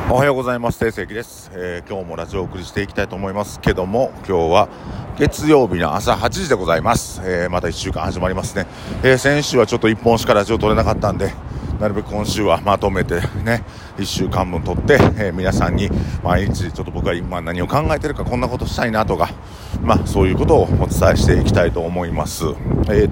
おはようございます。定石です。今日もラジオをお送りしていきたいと思いますけども、今日は月曜日の朝8時でございます。また1週間始まりますね。先週はちょっと1本しかラジオ撮れなかったんで、なるべく今週はまとめてね1週間分撮って、皆さんに毎日ちょっと僕が今何を考えてるか、こんなことしたいなとか、そういうことをお伝えしていきたいと思います。こ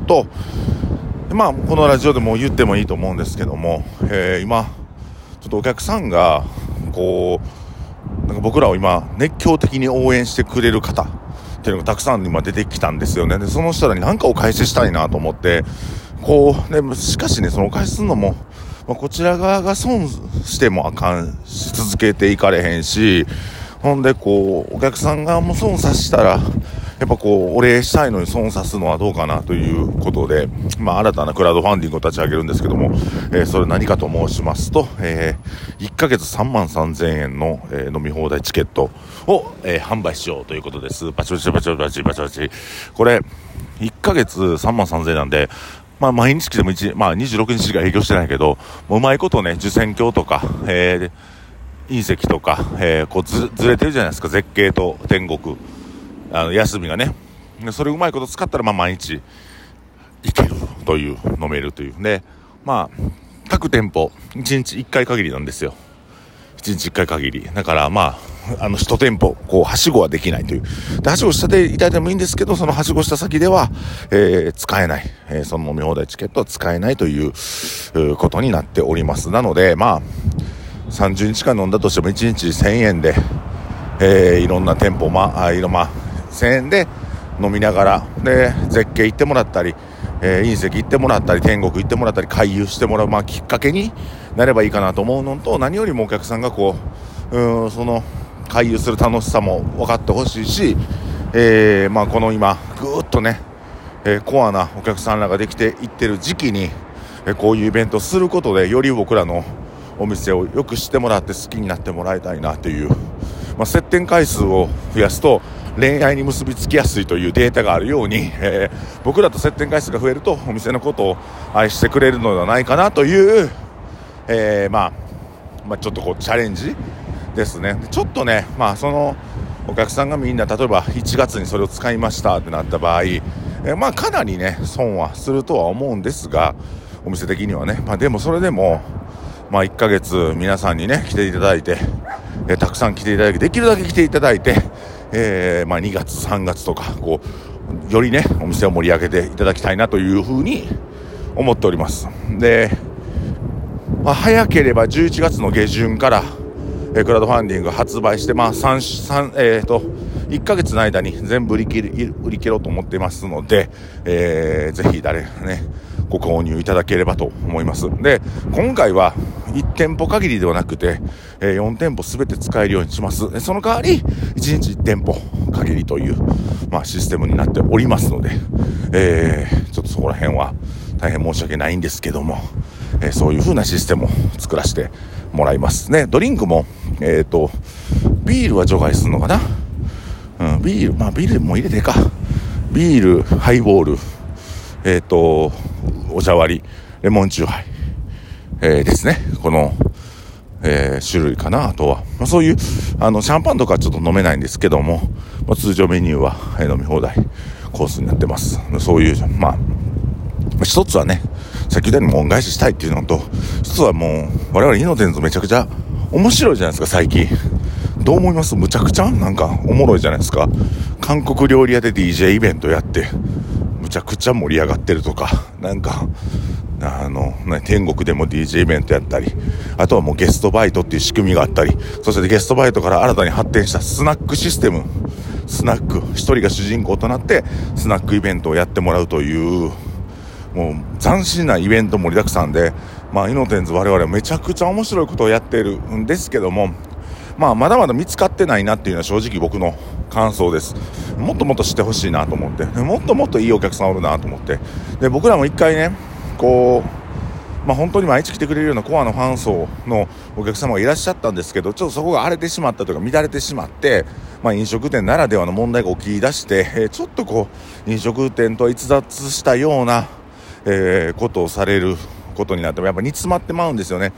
のラジオでも言ってもいいと思うんですけども、今ちょっとお客さんがなんか僕らを今熱狂的に応援してくれる方っていうのがたくさん今出てきたんですよね。でその人らに何かお返ししたいなと思ってしかしね、そのお返しするのも、こちら側が損してもあかんし続けていかれへんし、ほんでお客さん側も損さしたらやっぱお礼したいのに損さすのはどうかなということで、新たなクラウドファンディングを立ち上げるんですけども、それ何かと申しますと、1ヶ月33,000円の、飲み放題チケットを、販売しようということです。バチバチバチバチバチバチ。これ1ヶ月33,000円なんで、毎日来ても26日しか営業してないけど、もううまいことね、受選鏡とか、隕石とか、ずれてるじゃないですか、絶景と天国、休みがね。それうまいこと使ったら毎日行けるという、飲めるというで、各店舗1日1回限りなんですよ。1日1回限りだから、1店舗はしごはできないという。ではしごしていただいてもいいんですけど、そのはしごした先では、使えない、その飲み放題チケットは使えないということになっております。なので30日間飲んだとしても1日1000円で、いろんな店舗1000円で飲みながらで絶景行ってもらったり、隕石行ってもらったり、天国行ってもらったり、回遊してもらう、きっかけになればいいかなと思うのと、何よりもお客さんがその回遊する楽しさも分かってほしいし、この今ぐーっとね、コアなお客さんらができていってる時期に、こういうイベントをすることでより僕らのお店をよく知ってもらって好きになってもらいたいなという、接点回数を増やすと恋愛に結びつきやすいというデータがあるように、僕らと接点回数が増えるとお店のことを愛してくれるのではないかなという、ちょっとチャレンジですね。ちょっとね、そのお客さんがみんな例えば1月にそれを使いましたってなった場合、かなりね損はするとは思うんですが、お店的にはね、でもそれでも1ヶ月皆さんにね来ていただいて、たくさん来ていただいて、できるだけ来ていただいて、2月3月とかよりねお店を盛り上げていただきたいなというふうに思っております。で、早ければ11月の下旬からクラウドファンディング発売して、1ヶ月の間に全部売り切ろうと思っていますので、ぜひご購入いただければと思います。で、今回は1店舗限りではなくて、4店舗すべて使えるようにします。その代わり1日1店舗限りという、システムになっておりますので、ちょっとそこら辺は大変申し訳ないんですけども、そういう風なシステムを作らせてもらいますね。ドリンクもビールは除外するのかな、ビールも入れてか、ビール、ハイボール、お茶割り、レモンチューハイ、ですね。この、種類かな。あとは、そういうシャンパンとかはちょっと飲めないんですけども、通常メニューは、飲み放題コースになってます。そういう一つはね、さっき言ったように恩返ししたいっていうのと、一つはもう我々イノテンズめちゃくちゃ面白いじゃないですか。最近どう思います？むちゃくちゃなんかおもろいじゃないですか。韓国料理屋で DJ イベントやってむちゃくちゃ盛り上がってるとか、天国でも DJ イベントやったり、あとはもうゲストバイトっていう仕組みがあったり、そしてゲストバイトから新たに発展したスナックシステム、スナック一人が主人公となってスナックイベントをやってもらうという、もう斬新なイベント盛りだくさんで、イノテンズ我々はめちゃくちゃ面白いことをやってるんですけども、まだまだ見つかってないなっていうのは正直僕の感想です。もっともっと知ってほしいなと思って、もっともっといいお客さんおるなと思って、で僕らも一回ね本当に毎日来てくれるようなコアのファン層のお客様がいらっしゃったんですけど、ちょっとそこが荒れてしまったというか乱れてしまって、飲食店ならではの問題が起き出して、ちょっと飲食店と逸脱したような、ことをされることになってもやっぱ煮詰まってまうんですよね。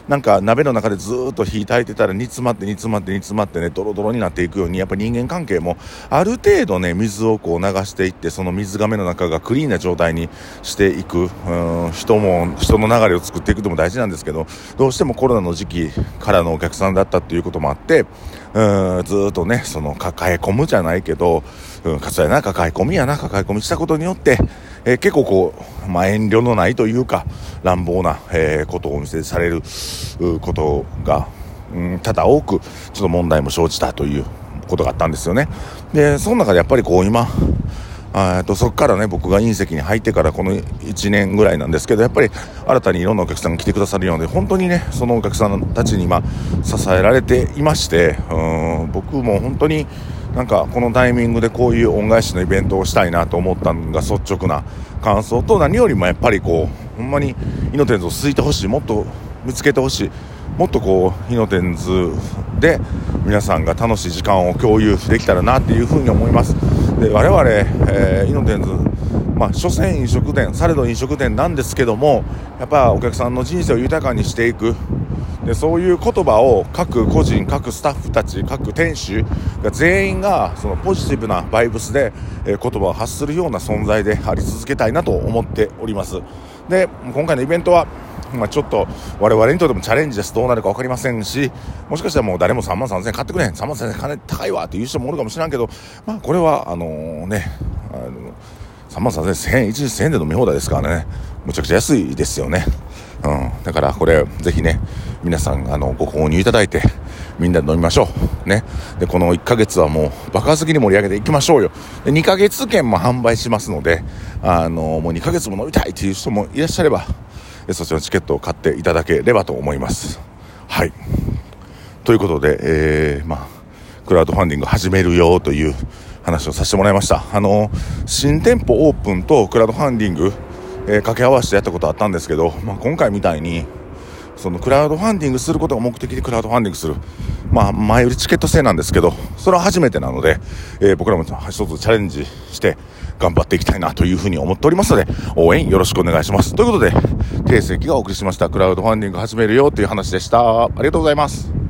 なんか鍋の中でずーっと火炊いてたら煮詰まってね、ドロドロになっていくように、やっぱ人間関係もある程度ね、水をこう流していって、その水がめの中がクリーンな状態にしていく、人の流れを作っていくのも大事なんですけど、どうしてもコロナの時期からのお客さんだったっていうこともあって、ずーっとね、その抱え込むじゃないけど、抱え込みしたことによって、結構こう、遠慮のないというか乱暴な、ことをお見せされることが、多々多くちょっと問題も生じたということがあったんですよね。でその中でやっぱりこう今そこからね、僕が隕石に入ってからこの1年ぐらいなんですけど、やっぱり新たにいろんなお客さんが来てくださるようで、本当にね、そのお客さんたちに今支えられていまして、僕も本当になんかこのタイミングでこういう恩返しのイベントをしたいなと思ったのが率直な感想と、何よりもやっぱりこうほんまにイノテンズを好いてほしい、もっと見つけてほしい、もっとこうイノテンズで皆さんが楽しい時間を共有できたらなっていうふうに思います。で我々、イノテンズ、所詮飲食店、されど飲食店なんですけども、やっぱお客さんの人生を豊かにしていく、でそういう言葉を各個人、各スタッフたち、各店主が全員がそのポジティブなバイブスで、言葉を発するような存在であり続けたいなと思っております。で今回のイベントはちょっと我々にとってもチャレンジです。どうなるか分かりませんし、もしかしたらもう誰も3万3000円買ってくれへん、3万3000円金高いわっていう人もおるかもしれんけど、これは3万3000円、1日1000円で飲み放題ですからね、むちゃくちゃ安いですよね。だからこれぜひね、皆さんご購入いただいてみんなで飲みましょうね。でこの1ヶ月はもう爆発的に盛り上げていきましょうよ。で2ヶ月券も販売しますので、もう2ヶ月も飲みたいっていう人もいらっしゃれば、そちらのチケットを買っていただければと思います。はい、ということで、クラウドファンディング始めるよという話をさせてもらいました。新店舗オープンとクラウドファンディング、掛け合わせてやったことあったんですけど、今回みたいにそのクラウドファンディングすることが目的でクラウドファンディングする、前売りチケット制なんですけど、それは初めてなので、僕らも一つチャレンジして頑張っていきたいなというふうに思っておりますので、応援よろしくお願いします。ということで、定石がお送りしましたクラウドファンディング始めるよという話でした。ありがとうございます。